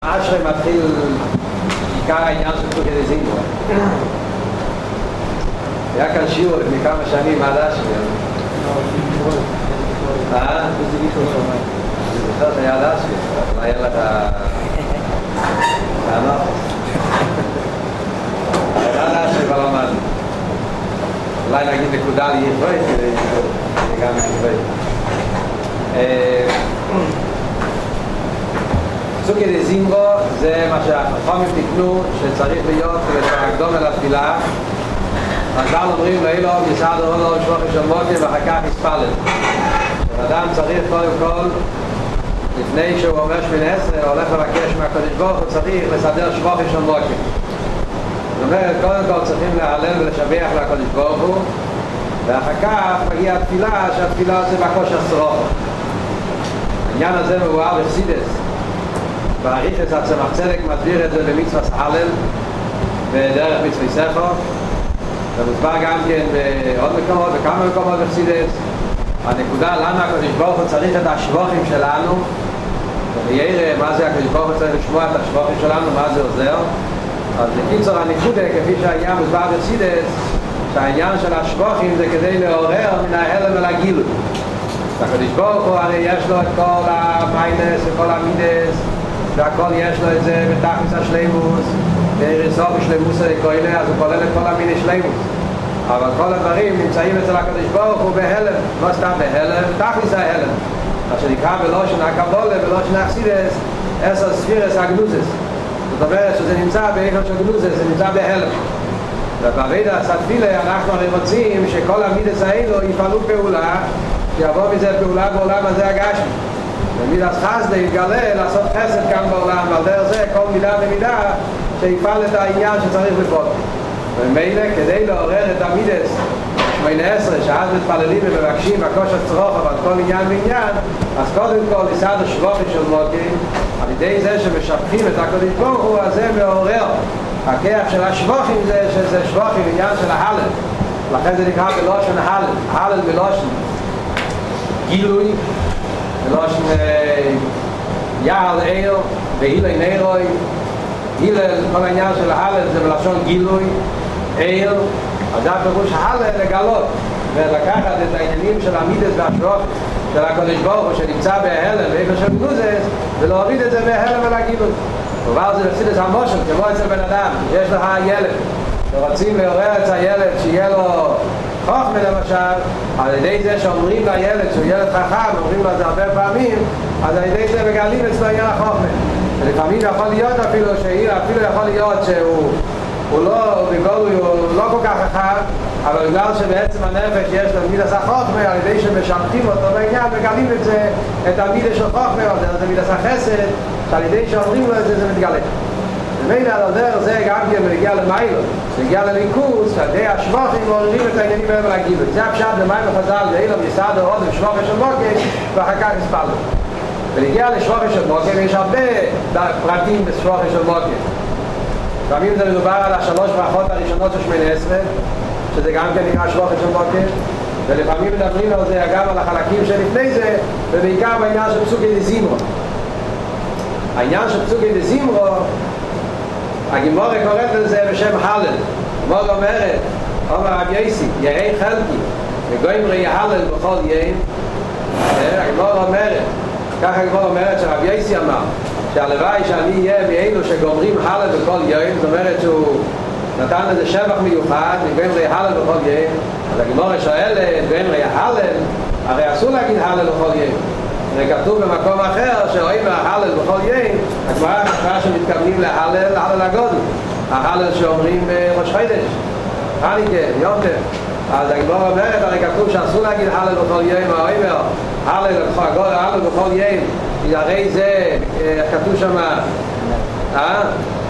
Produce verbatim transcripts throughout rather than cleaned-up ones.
אשרי מתחיל עיקר העניין של פסוקי דזמרו. היה כאן שיעור לפני כמה שנים עד אשרי. אה? זה זוכר שהיה עד אשרי, אבל היה לך טענות. עד אשרי כבר למד. אולי נגיד נקודה ליבוי כדי גם ליבוי. פסוקי דזמרו זה מה שהחכמים תקנו שצריך להיות הקדומה לתפילה. חז"ל אומרים לאילו יסעד אוהלו שבוכי של מוקר ואחר כך יתפלל. אדם צריך קודם כל לפני שהוא אומר שמונה עשרה הולך לבקש מהקדוש ברוך הוא צריך לסדר שבוכי של מוקר. זאת אומרת קודם כל צריכים להלל ולשבח לקדוש ברוך הוא, ואחר כך מגיעה התפילה שהתפילה זה בקושר סרוך. העניין הזה מבואר בחסידות. בעריכת הצמח צדק מסביר את זה במצוות הלל ודרך מצוות ספר, ומוסבר גם כן בעוד מקומות וכמה מקומות בחסידות. הנקודה למה הקדוש ברוך הוא צריך את השבוחים שלנו, ויראה מה זה הקדוש ברוך הוא צריך לשמוע את השבוחים שלנו, מה זה עוזר. אז בקיצור הנקודה כפי שהעניין מוסבר בחסידות, שהעניין של השבוחים זה כדי לעורר מן ההלם ולגילוי. הקדוש ברוך הוא הרי יש לו את כל המיינס וכל המידס והכל יש לו את זה בתכלס השלימוס, בסוף השלימוס הכוילה, אז הוא כולל את כל המיני שלימוס. אבל כל הדברים נמצאים אצל הקדוש ברוך הוא בהלם, לא סתם בהלם, תכלס ההלם. מה שנקרא בלושן הקבולה, בלושן החסידות, עשר ספירס הגנוזס. זאת אומרת שזה נמצא באיכות של גנוזס, זה נמצא בהלם. ובעבודה התפילה אנחנו הרי רוצים שכל המידס האלו יפעלו פעולה, שיבוא מזה פעולה בעולם הזה הגשמי. ומידס חסדה יתגלה לעשות חסד כאן בעולם, ועל דרך זה כל מידה ומידה שיפעל את העניין שצריך לפעול. ומילא כדי לעורר את המידס שמונה עשרה שאז מתפללים ומבקשים והכושר צרוך אבל כל עניין ועניין, אז קודם כל יסעד השבוחים של מוקרים על ידי זה שמשבחים את הקדוש ברוך הוא, אז זה מעורר. הכיח של השבוחים זה שזה שבוחים עניין של ההלל, לכן זה נקרא בלושן הלל. הלל בלושן גילוי, בלושן יעל עיר והילי נרוי. הילל, כל העניין של ההלל זה בלשון גילוי, עיר, אז זה הפירוש ההלל לגלות ולקחת את העניינים של המידס והשבוחים של הקדוש ברוך הוא שנמצא בהלם ואיפה של גנוזס ולהוריד את זה בהלם ולגילוי. אבל זה בחסידות המושל, כמו אצל בן אדם, יש לך ילד ורוצים לעורר את הילד שיהיה לו חוכמה למשל, על ידי זה שאומרים לילד שהוא ילד חכם, אומרים לו את זה הרבה פעמים, אז על ידי זה מגלים אצלו עניין החוכמה. ולפעמים יכול להיות אפילו שהיא, אפילו יכול להיות שהוא הוא לא, בגולוי הוא לא כל כך חכם, אבל בגלל שבעצם הנפש יש לו מידס החוכמה, על ידי שמשמחים אותו בעניין, מגלים את זה, את המידס של חוכמה, זה מידס החסד, שעל ידי שאומרים לו את זה, זה מתגלה. ומילא על הדרך זה גם כן מגיע למיילו, מגיע לליכוס, שעל ידי השבוחים מעוררים את העניינים האלה ולהגיבו. זה הפשט למים וחז"ל, ואילו יסעד אוהלו שבוכי של מוקר, ואחר כך יספלו. ולהגיע לשבוכי של מוקר, יש הרבה פרטים בשבוכי של מוקר. לפעמים זה מדובר על השלוש ברכות הראשונות של שמונה עשרה, שזה גם כן נקרא שבוכי של מוקר, ולפעמים מדברים על זה גם על החלקים שלפני זה, ובעיקר בעניין של פסוקי דזמרו. העניין של פסוקי דזמרו, הגימורה קוראת לזה בשם הלל. הגימורה אומרת, אומר רב יוסי, יהי חלקי, וגוימרי יהלל בכל יום. הגימורה אומרת, ככה הגימורה אומרת שרב יוסי אמר, שהלוואי שאני אהיה מאלו שגומרים הלל בכל יום, זאת אומרת שהוא נתן לזה שבח מיוחד, וגוימרי יהלל בכל יום. אז הגימורה שואלת, גוימרי יהלל, הרי אסור להגיד הלל בכל יום. וכתוב במקום אחר שרואים מההלל בכל יום, הגמרא חשבה שמתכוונים להלל, להלל הגודל, ההלל שאומרים ראש חודש, חנוכה, יום טוב. אז הגמרא אומרת, הרי כתוב שאסור להגיד הלל בכל יום, האומר הלל בכל יום, הרי זה כתוב שם, אה?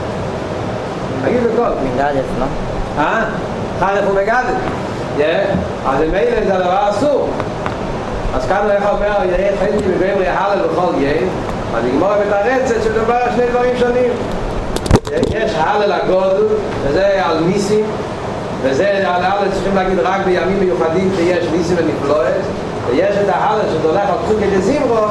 תגיד בכל. מגדף, לא? אה? חנך ומגדף. אז מילא זה הדבר אסור. אז כאן הוא אומר, יהיה חלקי וגוימרי הלל בכל יום, אז נגמור בתרצת שדובר על שני דברים שונים. יש הלל הגודל, וזה על ניסים, וזה על הלל צריכים להגיד רק בימים מיוחדים שיש ניסים ונפלאות, ויש את ההלל שזה הולך על פסוקי דזמרו,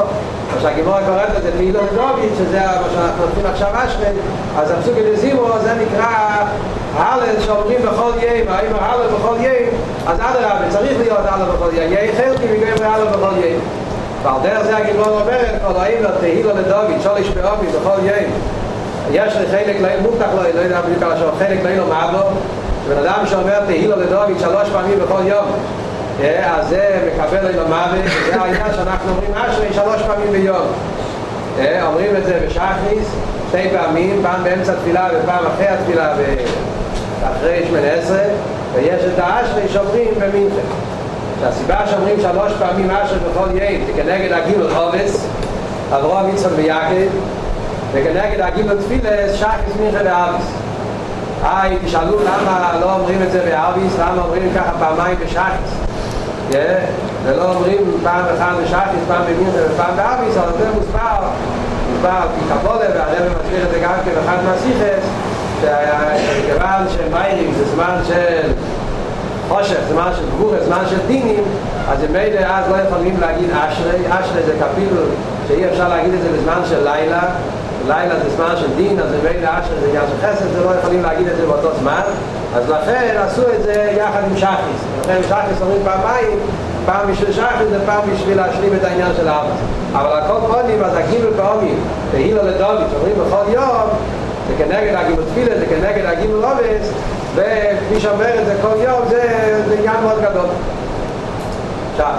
מה שהגימורה קוראת לזה תהילו לדוביץ', שזה מה שאנחנו נותנים עכשיו אשרי, אז הפסוקי דזימרו זה נקרא הלל שאומרים בכל יים, האם הלל בכל יים, אז עד הרבה צריך להיות הלל בכל יים, יהיה חלקי וגם הלל בכל יים. ועל דרך זה הגימורה אומרת, כל האם תהילו לדוביץ', שולש פעמי בכל יים, יש לי חלק ליל מובטח לו, לא יודע בדיוק על השור, חלק ליל ומעבו, שבן אדם שאומר תהילו לדוביץ' שלוש פעמים בכל יום, אז זה מקבל ליל ומעבו, וזה העניין שאנחנו אומרים אשרי שלוש פעמים ביום. אומרים את זה בשחריס, שתי פעמים, פעם באמצע תפילה ופעם אחרי התפילה ואחרי שמונה עשרה, ויש את האשרי שאומרים במינכן. שהסיבה שאומרים שלוש פעמים אשרי בכל יים זה כנגד הגימל חובס, אברהם יצחק ויעקב, וכנגד הגימל תפילס שחריס מינכן ואביס. היי, תשאלו למה לא אומרים את זה באביס, למה אומרים ככה פעמיים בשחריס? ולא אומרים פעם אחד בשחריס, פעם במינכן ופעם באביס, אבל זה מוסבר מוסבר כי קבולה, והרבא מסביר את זה גם כאחד מהשיחס, שכיוון שמיירים זה זמן של חושך, זמן של גבורה, זמן של דינים, אז מילא אז לא יכולים להגיד אשרי, אשרי זה כפיל שאי אפשר להגיד את זה בזמן של לילה, לילה זה זמן של דין, אז מילא אשרי זה עניין של חסד, זה לא יכולים להגיד את זה באותו זמן, אז לכן עשו את זה יחד עם שחריס, לכן שחריס אומרים פעמיים, פעם בשביל שחריס ופעם בשביל להשלים את העניין של האבס. אבל הכל פונים, אז הגימל פעמים, תהילו לדוביץ' אומרים בכל יום, זה כנגד הגימל תפילה, זה כנגד הגימל אובס, וכפי שאומר את זה כל יום, זה, זה עניין מאוד גדול. עכשיו,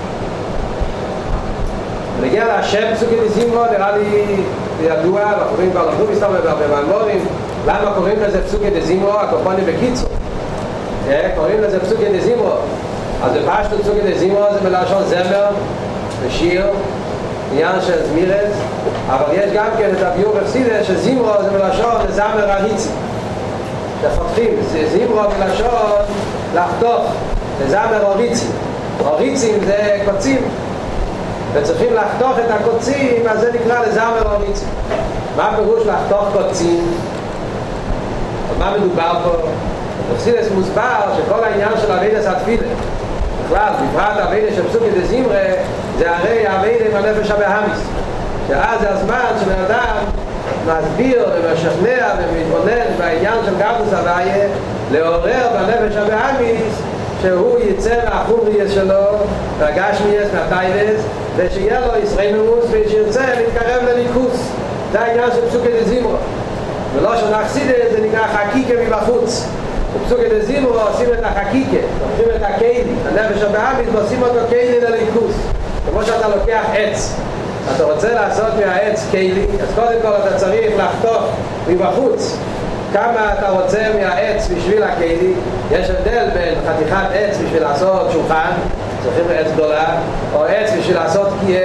נגיע להשם פסוקי דזימרו, נראה לי ידוע, אנחנו קוראים כבר למדו מסתם בהרבה מהמורים, למה קוראים לזה פסוקי דזימרו? הקורפונים בקיצור. קוראים לזה פסוקי דזימרו. אז בפשטות פסוקי דזימרו זה מלשון זמר ושיר, עניין של זמירס, אבל יש גם כן את הביור בחסידות שזימרו זה מלשון זמר הריצי. שפותחים, זימרו מלשון לחתוך, זמר הריצי. הריצים זה קוצים, וצריכים לחתוך את הקוצים, אז זה נקרא לזמר הריצי. מה הפירוש לחתוך קוצים? מה מדובר פה? בחסידות מוסבר שכל העניין של אבידס התפילה, בכלל, בפרט אבידס של פסוקי דזימרה, זה הרי אבידס עם הנפש הבאמיס. שאז זה הזמן שבן אדם מסביר ומשכנע ומתבונן בעניין של גדלוס הוויה, לעורר בנפש הבאמיס שהוא יצא מהחומריס שלו, מהגשמיס, מהטייבס, ושיהיה לו ישרנוס ושירצה להתקרב לליכוס. זה העניין של פסוקי דזימרה. ולא שנחסידת זה נקרא חקיקה מבחוץ. בפסוקי דזימרו עושים את החקיקה, עושים את הקיילי, הנפש הבאמיס ועושים אותו קיילי לליכוס. כמו שאתה לוקח עץ, אתה רוצה לעשות מהעץ קיילי, אז קודם כל אתה צריך לחתוך מבחוץ כמה אתה רוצה מהעץ בשביל הקיילי. יש הבדל בין חתיכת עץ בשביל לעשות שולחן, צריכים עץ גדולה, או עץ בשביל לעשות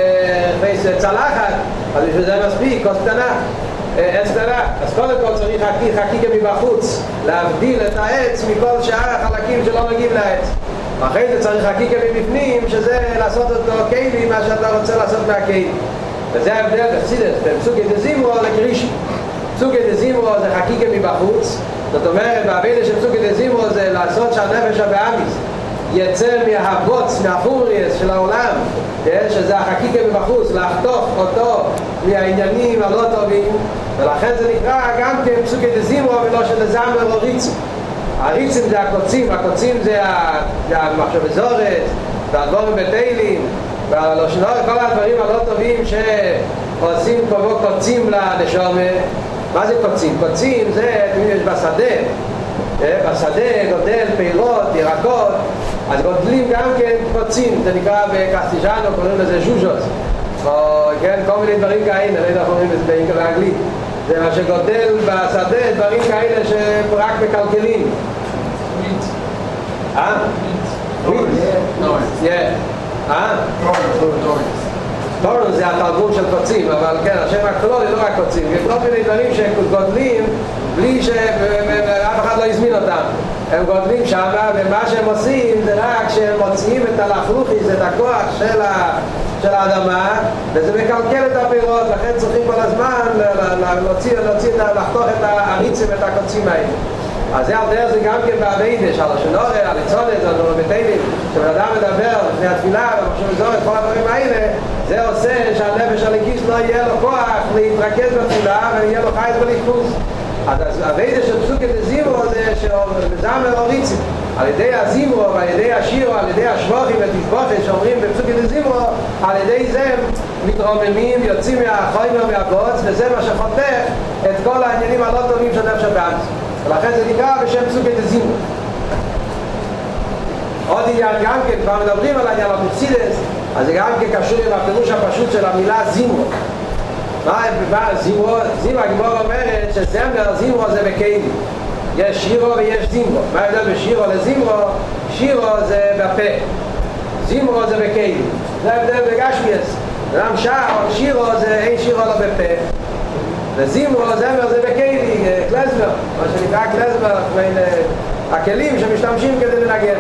צלחת, אז בשביל זה מספיק, כוס קטנה. עץ קטנה, אז קודם כל צריך חקיקה מבחוץ, להבדיל את העץ מכל שאר החלקים שלא מגיעים לעץ. אחרי זה צריך חקיקה מבפנים, שזה לעשות אותו קיילי, מה שאתה רוצה לעשות מהקיילי. וזה ההבדל בחסידות, בין פסוקי דזימרו לקרישי. פסוקי דזימרו זה חקיקה מבחוץ, זאת אומרת, בעבידה של פסוקי דזימרו זה לעשות שהנפש הבאמיס יצא מהבוץ, מהחומריס של העולם, שזה החקיקה מבחוץ, לחתוך אותו מהעניינים הלא טובים, ולכן זה נקרא גם כן פסוקי דזימרו ולא של זמר או ריצים. הריצים זה הקוצים, הקוצים זה המחשב זורת, והדבורים בתהילים, והלושנור, כל הדברים הלא טובים שעושים כמו קוצים לנשומה. מה זה קוצים? קוצים זה, יש בשדה, בשדה גודל פירות, ירקות, אז גודלים גם כן קוצים, זה נקרא בקסטיג'אנו, קוראים לזה ז'וז'וס, או כן, כל מיני דברים כאלה, לא יודע איך אומרים את זה באנגלית. זה מה שגודל בשדה, דברים כאלה שרק מקלקלים. וויט. אה? וויט? נויס. כן. אה? טורנס. טורנס זה התרגום של קוצים, אבל כן, השם הכלולי לא רק קוצים. יש כל מיני דברים שגודלים בלי שאף אחד לא יזמין אותם. הם גודלים שם, ומה שהם עושים זה רק שהם מוציאים את הלחלוכיס, את הכוח של ה... של האדמה, וזה מקלקל את הפירות, לכן צריכים כל הזמן להוציא, להוציא, לחתוך את הריצים, את הקוצים האלה. אז זה על דרך זה גם כן בעבידה, שעל השנורה, על הצונס, על דורבטיילים, שבן אדם מדבר לפני התפילה, ומחשוב לזור את כל הדברים האלה, זה עושה שהנפש הליקיס לא יהיה לו כוח להתרכז בתפילה, ויהיה לו חייס בליכוז. אז העבידה של פסוקת הזימרו זה שמזמר הוריצים. על ידי הזימרו ועל ידי השיר או על ידי השבוחים ותשבוחים שאומרים בפסוקת הזימרו, על ידי זה מתרוממים, יוצאים מהחומר והבוץ, וזה מה שחותך את כל העניינים הלא טובים של נפש הבאמס. ולכן זה נקרא בשם פסוקת הזימרו. עוד עניין גם כן, כבר מדברים על העניין המוסידס, אז זה גם כן קשור עם הפירוש הפשוט של המילה זימרו. מה זימרו? זימרו, הגמור אומרת שזמר, זימרו זה בקיילי. יש שירו ויש זימרו. מה ההבדל בשירו לזימרו? שירו זה בפה, זימרו זה בקיילי. זה ההבדל בגשמיאס. אדם שר, שירו זה אין שירו לא בפה. וזימרו, זמר זה בקיילי, קלזמר, מה שנקרא קלזמר, הכלים שמשתמשים כדי לנגן.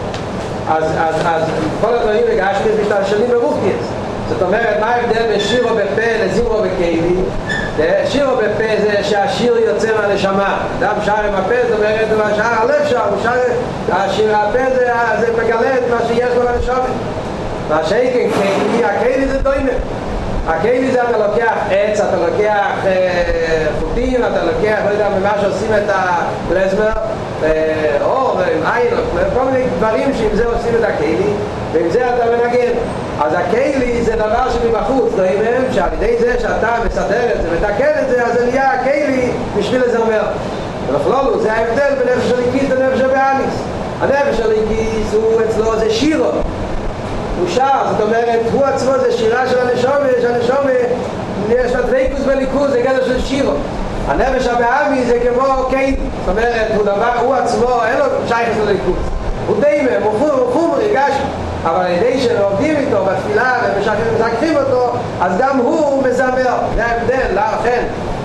אז, אז, אז כל הדברים בגשמיאס משתמשים ברוחניאס. זאת אומרת, מה ההבדל בין שירו בפה לזימרו בקיילי? שירו בפה זה שהשיר יוצא מהנשמה. אדם שר עם הפה, זאת אומרת, הוא שר הלב שר, הוא שר, השיר הפה זה, זה מגלה את מה שיש לו בנשמה. מה שאין קיילי, הקיילי זה דוימה. הקיילי זה אתה לוקח עץ, אתה לוקח אה, חוטים, אתה לוקח, לא יודע, ממה שעושים את הקלזמר, אה, אור, עין, כל מיני דברים שעם זה עושים את הקיילי, ועם זה אתה מנגן. אז הקיילי זה דבר שמבחוץ, דוימם, שעל ידי זה שאתה מסדר את זה, מתקן את זה, אז זה נהיה הקיילי בשביל לזמר. ובכלולו, זה ההבדל בין נפש הליקיס לנפש הבאמיס. הנפש הליקיס הוא אצלו זה שירו. הוא שר, זאת אומרת, הוא עצמו זה שירה של הנשומה, שהנשומה יש לה דבקות בליכוז, זה גדר של שירו. הנפש הבאמי זה כמו קיילי, זאת אומרת, הוא דבר, הוא עצמו, אין לו שייכס לליכוז. הוא דיימם, הוא חומרי, גשם. אבל על ידי שעובדים איתו בתפילה ומשקרים אותו, אז גם הוא מזמר. זה ההבדל, לכן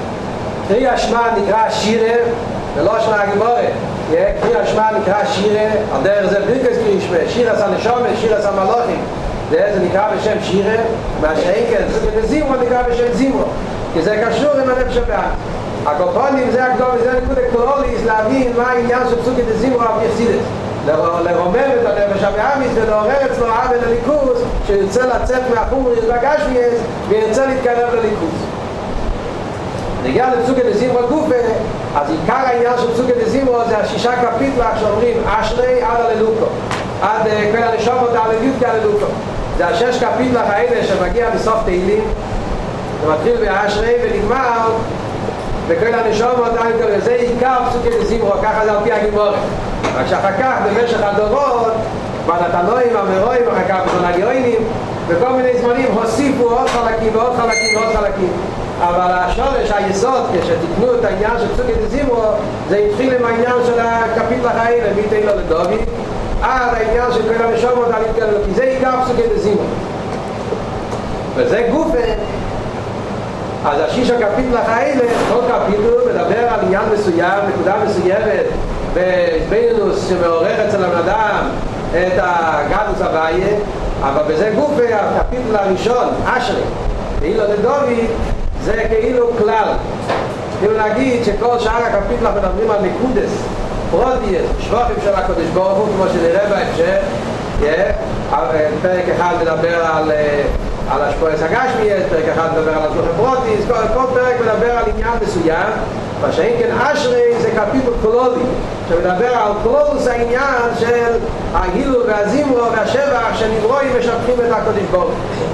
קרי השמה נקרא שירה ולא שמה הגמורת. קרי השמה נקרא שירה, על דרך זה ברכס קרי שמה, שירה סה נשומת, שירה סה מלוכים. זה נקרא בשם שירה, מה שאין כן, זה זימרו נקרא בשם זימרו, כי זה קשור עם הנפש הבאמי. הקופונים זה הקדום, זה נקוד הקלוליס להבין מה העניין של פסוקת הזימרו המייחסידס. לרומם את הנפש הבאמית ולעורר אצלו עוול לליכוז שירצה לצאת מהחומר בגשמיאס וירצה להתקרב לליכוז. נגיע לפסוקת הזימרו גופה, אז עיקר העניין של פסוקת הזימרו זה השישה קפיטלח שאומרים אשרי עד הללוקו, עד כל הנשומות הלליות כהללוקו. זה השש קפיטלח האלה שמגיע בסוף תהילים, זה מתחיל באשרי ונגמר וכל הנשומות הלליות. זה עיקר פסוקת הזימרו, ככה זה על פי הגמורת. רק שאחר כך במשך הדורות, בנתנועים, המרואים, אחר כך בזונגioinim, בכל מיני זמנים הוסיפו עוד חלקים ועוד חלקים ועוד חלקים. אבל השורש, היסוד, כשתקנו את העניין של פסוקת הזימרו, זה התחיל עם העניין של הקפיטלח האלה, מתהילו לדוד, עד העניין של כל הנשומות הלליות, כי זה עיקר פסוקת הזימרו. וזה גופה. אז השיש הקפיטלח האלה, כל קפיטל מדבר על עניין מסוים, נקודה מסוימת, בבינוס שמעורר אצל הבן אדם את הגדוס הוויה, אבל בזה גופה, הקפיטל הראשון, אשרי, כאילו לדוד, זה כאילו כלל. כאילו להגיד שכל שאר הקפיטל מדברים על נקודס, פרוטיאס, שבוחים של הקודש ברוך הוא, כמו שנראה בהמשך, פרק אחד מדבר על על השפועס הגשמיאס, פרק אחד מדבר על השבוחי פרוטיס, כל, כל פרק מדבר על עניין מסוים, ושאין כן אשרי זה קפיטל קולולי, שמדבר על קולולוס העניין של ההילול והזימרו והשבח שנברואים משבחים את הקודש ברוך.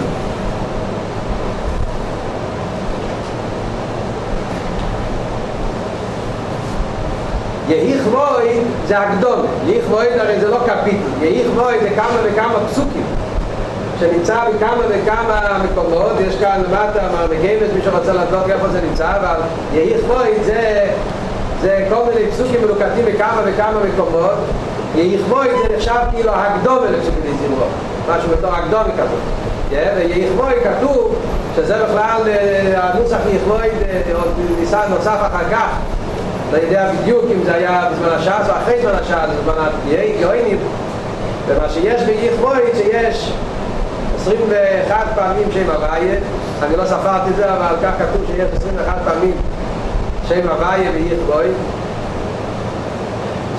יהיך מויד זה הקדומה, יהיך מויד הרי זה לא קפיטל, יהיך מויד זה כמה וכמה פסוקים שנמצא בכמה וכמה מקומות. יש כאן למטה מגיימס, מי שרוצה לדלות איפה זה נמצא, אבל יהיך מויד זה, זה כל מיני פסוקים מלוקטים בכמה וכמה מקומות. יהיך מויד זה נחשב כאילו הקדומה לפסוקת הזימרו, משהו בתור הקדומה כזאת. ויהיך מויד כתוב שזה בכלל הנוסח יהיך מויד נוסף אחר כך, לא יודע בדיוק אם זה היה בזמן השעה או אחרי זמן השעה, בזמן הגאוינים. ומה שיש ביהיך מויד שיש עשרים ואחת פעמים שם הוויה, אני לא ספרתי את זה, אבל כך כתוב שיש עשרים ואחת פעמים שם הוויה ביהיך מויד.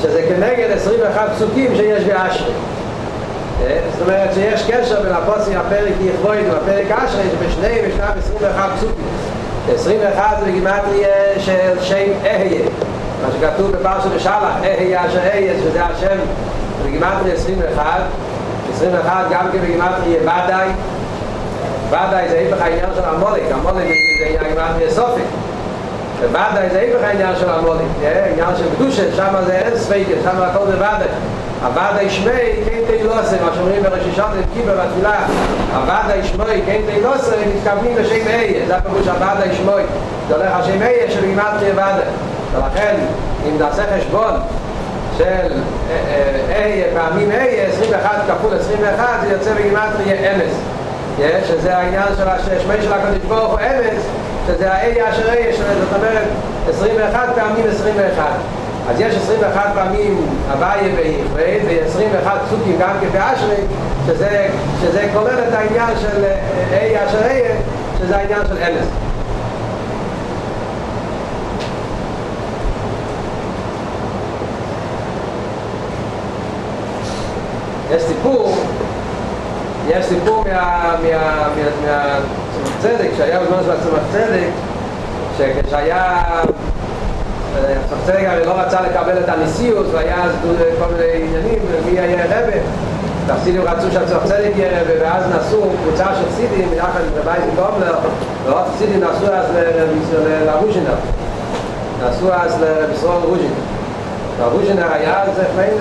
שזה כנגד עשרים ואחד פסוקים שיש באשרי. זאת אומרת שיש קשר בין הפוסקים הפרק יכבויד והפרק אשרי, שבשניהם ישנם עשרים ואחד פסוקים. עשרים ואחת זה בגימטריה של שם אהיה, מה שכתוב בפרשת בשלח, אהיה אשר אהיה, שזה השם בגימטריה עשרים ואחת. עשרים ואחת גם כבגימטריה ודאי, ודאי זה היפך העניין של המולק, המולק זה גימטריה סופי, וודאי זה היפך העניין של המולק, עניין של קדושה, שם זה אין ספיקה, שם הכל זה ודאי. הוודאי שמי כן תהילוסה, מה שאומרים בראשישות לקיבה בתפילה, הוודאי שמי כן תהילוסה, מתכוונים לשם אהיה, זה הפירוש הוודאי שמי, זה הולך על שם אהיה של גימטריה ודאי. ולכן אם נעשה חשבון של אהיה פעמים אהיה, עשרים ואחת כפול עשרים ואחת, זה יוצא בגימטריה אמס, שזה העניין של השמי של הקדוש ברוך הוא אמס, שזה האהיה אשר אהיה, זאת אומרת עשרים ואחת פעמים עשרים ואחת. אז יש עשרים ואחת פעמים הוויה ויכבד, ו-עשרים ואחת פסוקים גם כבאשרי, שזה, שזה כולל את העניין של אהיה אשר אהיה, שזה העניין של אמס. יש סיפור, יש סיפור מהצמח צדק, שהיה בזמן של הצמח צדק, שכשהיה, הצמח צדק הרי לא רצה לקבל את הנשיאות, והיה אז כל מיני עניינים, מי היה רבא, והחסידים רצו שהצמח צדק יהיה רבא, ואז נסעו קבוצה של חסידים, יחד עם רבי קומלר, ועוד חסידים נסעו אז לרוז'ינר, נסעו אז לרבי רוז'ינר. והרוז'ינר היה אז לפני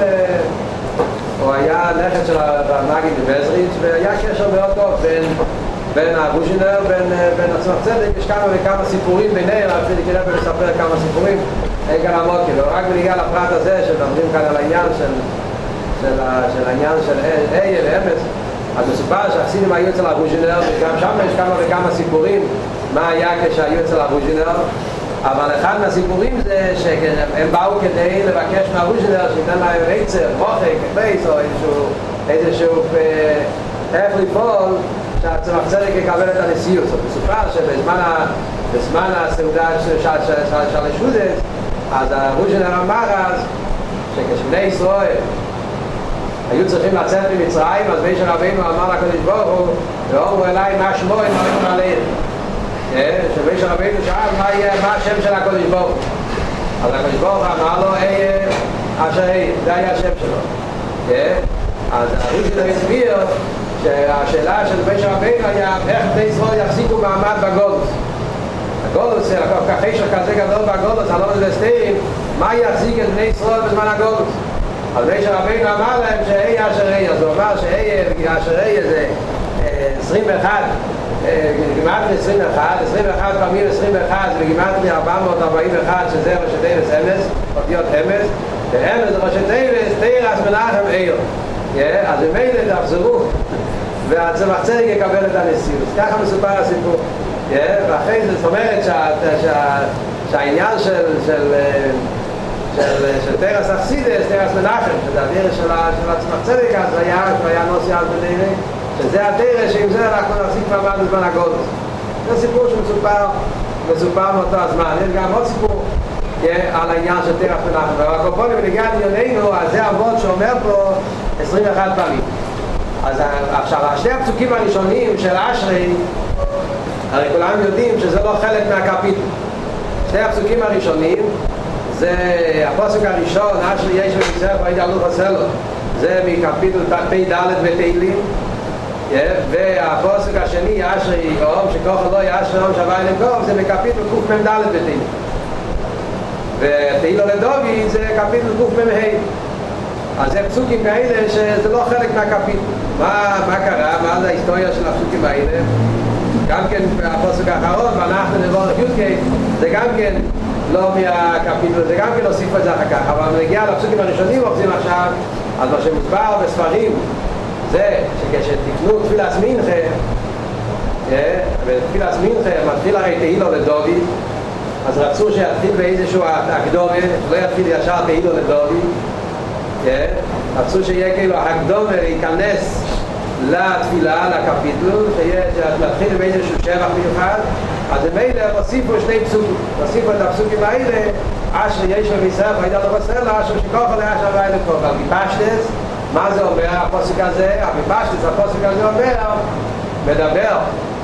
הוא היה נכד של המגיד בבזריץ', והיה קשר מאוד טוב בין, בין הרוז'ינר, בין, בין הצמח צדק. יש כמה וכמה סיפורים ביניהם, אפילו כדאי לספר כמה סיפורים, אין כאן עמוקים, רק בניגע לפרט הזה, שמדברים כאן על העניין של, של, של העניין של אהיה ואמס, אז מסופר שהחסידים היו אצל הרוז'ינר, וגם שם יש כמה וכמה סיפורים מה היה כשהיו אצל הרוז'ינר, אבל אחד מהסיפורים זה שהם באו כדי לבקש מהרוז'ינר שייתן להם עצר, מוחק, פייס או איזשהו, איזשהו איך לפעול שהצמח צדק יקבל את הנשיאות. זאת מסופר שבזמן הסעודה של השודס, אז הרוז'ינר אמר אז שכשבני ישראל היו צריכים לצאת ממצרים, אז משה רבינו אמר לקדוש ברוך הוא, ואומרו אליי מה שמו אם אמרו עליהם, שמשה רבינו שאל מה יהיה, מה השם של הקדוש ברוך הוא. אז הקדוש ברוך הוא אמר לו אהיה אשר אהיה, זה היה השם שלו. אז הרוז'ינר הסביר שהשאלה של משה רבינו היה איך בני ישראל יחזיקו מעמד בגולוס. הגולוס, אחרי שכזה גדול בגולוס, הלא נדסתרים, מה יחזיק את בני ישראל בזמן הגולוס? אז משה רבינו אמר להם שאהיה אשר אהיה, אז הוא אמר שאהיה אשר אהיה זה עשרים ואחת, גימטריה עשרים ואחת, עשרים ואחת פעמים עשרים ואחת זה בגימטריה ארבע מאות ארבעים ואחת, שזה ראשי תיבס אמס, אותיות אמס, ואמס זה ראשי תיבס, תירס מנחם איר. אז במילא תחזרו והצמח צדק יקבל את הנשיאות. ככה מסופר הסיפור. ואחרי זה זאת אומרת שהעניין של של תירס אכסידס, תירס מנחם, שזה הדרך של הצמח צדק, אז היה נוסי אז בנהירי, שזה הדרך שעם זה אנחנו נחזיק מעמד בזמן הגולוס. זה סיפור שמסופר מסופר מאותו הזמן. יש גם עוד סיפור על העניין של תירס מנחם, והקופונים ונגיע ענייננו, אז זה אבות שאומר פה עשרים ואחת פעמים. אז עכשיו, שני הפסוקים הראשונים של אשרי, הרי כולם יודעים שזה לא חלק מהקפיטל. שני הפסוקים הראשונים זה הפסוק הראשון, אשרי יש ומצטרף וידע אלוך עשה לו, זה מקפיטל פ"ד בתהילים. והפסוק השני, אשרי אום שכוח אלוהי אשרי אום שווה אליהם קום, זה מקפיטל קמ"ד בתהילים. ותהילו לדובי זה קפיטל קמ"ה. אז זה פסוקים כאלה שזה לא חלק מהקפיטל. מה, מה קרה? מה זה ההיסטוריה של הפסוקים האלה? גם כן הפסוק האחרון, ואנחנו נבוא י"ק, זה גם כן לא מהקפיטל, זה גם כן הוסיף את זה אחר כך. אבל נגיע לפסוקים הראשונים עובדים עכשיו, אז מה שמוסבר בספרים זה שכשתקנו תפילת מנחה, ותפילת מנחה מתחיל הרי תהילו לדובי, אז רצו שיתחיל באיזשהו הקדומה, שלא יתחיל ישר תהילו לדובי, רצו שיהיה כאילו הקדומה להיכנס לתפילה, לקפיטל, שיתחיל באיזשהו שבח מיוחד. אז מילא הוסיפו שני פסוקים, הוסיפו את הפסוקים האלה אשר יש בביסך וידע לא חסר לה אשר שכוח עליה אשר ואי לכוח אבל בפשטס מה זה אומר הפוסק הזה? בפשטס הפוסק הזה אומר מדבר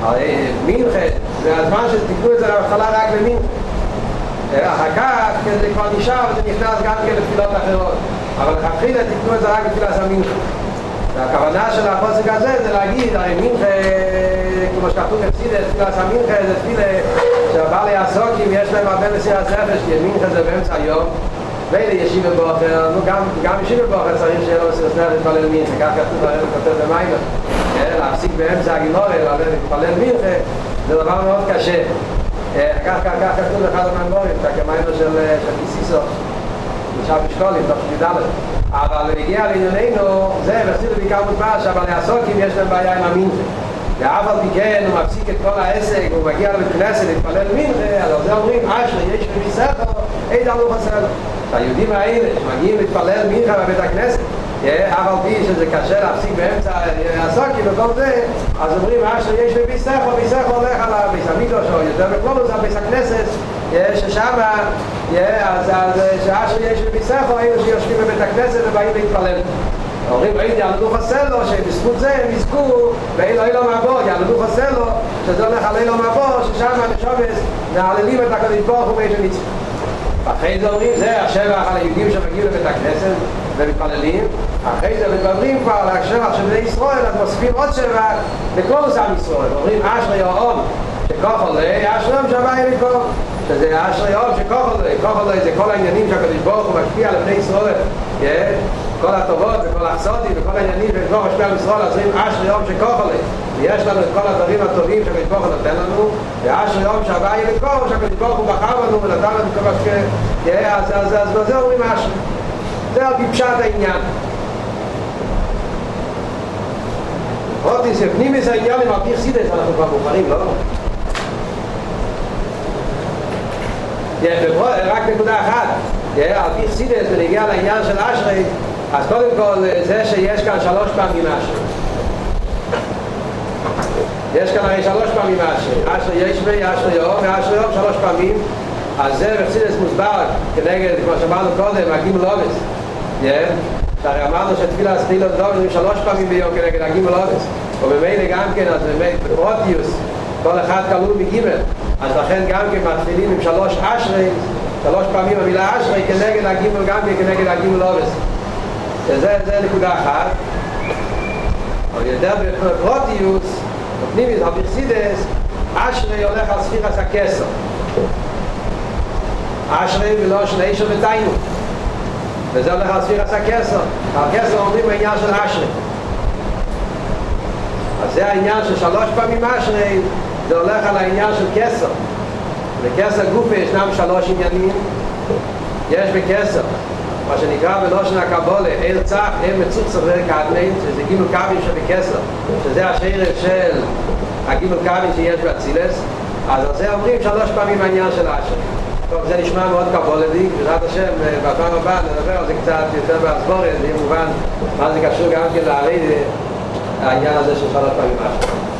מינכה זה הזמן שתקנו את זה להתחלה רק למינכה אחר כך זה כבר נשאר וזה נכנס גם כן לתפילות אחרות אבל לכתחילה תקנו את זה רק לתפילת המינכה והכוונה של הפוסק הזה זה להגיד הרי מינכה כמו שכתוב בפסידה תפילת המינכה זה תפילה שהבעלי הסוקים יש להם הרבה מסירת נפש כי מינכה זה באמצע היום ואלה ישיבה באוחר גם ישיבה באוחר צריך שיהיה לו מסירת נפש להתפלל מינכה כך כתוב הרב כותב במיימר להפסיק באמצע הגימורה להתפלל מינכה זה דבר מאוד קשה כך כך כך כתוב אחד המיימורים כמיימר של קיסיסו נשאר בשקולים תוך שמידלת אבל הגיע לענייננו זה בחסידות בעיקר מודבר שהבעלי הסוקים יש להם בעיה עם המינכה ואף על פי כן הוא מפסיק את כל העסק והוא מגיע לבית כנסת להתפלל מינכה אז זה אומרים אשר יש בביסך אין דלו חסר היהודים האלה שמגיעים להתפלל מינכה בבית הכנסת אף על פי שזה קשה להפסיק באמצע הסוקים וכל זה אז אומרים אשר יש בביסך וביסך הולך על הביס המקדוש או יותר בכלולוס על ביס הכנסת ששם אז שאשר יש בביסך היינו שיושבים בבית הכנסת ובאים להתפלל אומרים אין יעלדו חסר לו שבזכות זה הם יזכו ואילו אילו מעבור יעלדו חסר לו שזה הולך על אילו מעבור ששם הנשומס מעללים את הקדוש ברוך הוא באיזה מצווה אחרי זה אומרים זה השבח על היהודים שמגיעים לבית הכנסת ומתפללים אחרי זה מדברים כבר על השבח של בני ישראל אז מוסיפים עוד שבח לכל עם ישראל אומרים אשרי יום שכוח עולה אשרי יום שווה יליקום שזה אשרי יום שכוח עולה כוח עולה זה כל העניינים שהקדוש ברוך הוא משפיע על בני ישראל כל הטובות וכל החסודים וכל העניינים שכוח משפיע על ישראל אז אומרים אשרי יום שכוח עולה ויש לנו את כל הדברים הטובים שהקדוש ברוך הוא נותן לנו ואשרי יום שווה יליקום שהקדוש ברוך הוא בחר בנו ונתן לנו כל מה ש... אז בזה אומרים אשרי זה על פשט העניין עוד זה פנימיס העניין עם הפיר סידס אנחנו כבר מוכרים, לא? רק נקודה אחת על פיר סידס ונגיע לעניין של אשרי אז קודם כל זה שיש כאן שלוש פעמים אשרי יש כאן הרי שלוש פעמים אשרי אשרי יש בי, אשרי יום ואשרי יום שלוש פעמים אז זה בפסידס מוסבר כנגד, כמו שאמרנו קודם, הגימל אובס שהרי אמרנו שתפילה תפילות דומים שלוש פעמים ביום כנגד הגימל אובס ובמילא גם כן, אז באמת פרוטיוס כל אחד כלול מגימל אז לכן גם כן מתחילים עם שלוש אשרי שלוש פעמים המילה אשרי כנגד הגימל גם כן כנגד הגימל אובס שזה נקודה אחת אבל יותר בפרוטיוס בפנימיס, בפרסידס אשרי הולך על ספירס הכסר אשרי ולא שני שבתיינו וזה הולך על ספירס הכסר הכסר אומרים העניין של אשרי אז זה העניין של שלוש פעמים אשרי זה הולך על העניין של כסר בכסר גופה ישנם שלוש עניינים יש בכסר מה שנקרא בלושן הקבולה אל צח, אל מצוצר וקדמין שזה גימל קבין שבכסר שזה השרף של הגימל קבין שיש באצילס אז על זה אומרים שלוש פעמים העניין של אשרי טוב, זה נשמע מאוד קבולדיק, בעזרת השם, בפעם הבאה נדבר על זה קצת יותר בהסבורת, זה יהיה מובן מה זה קשור גם כן להריד העניין הזה של שלוש פעמים אשרי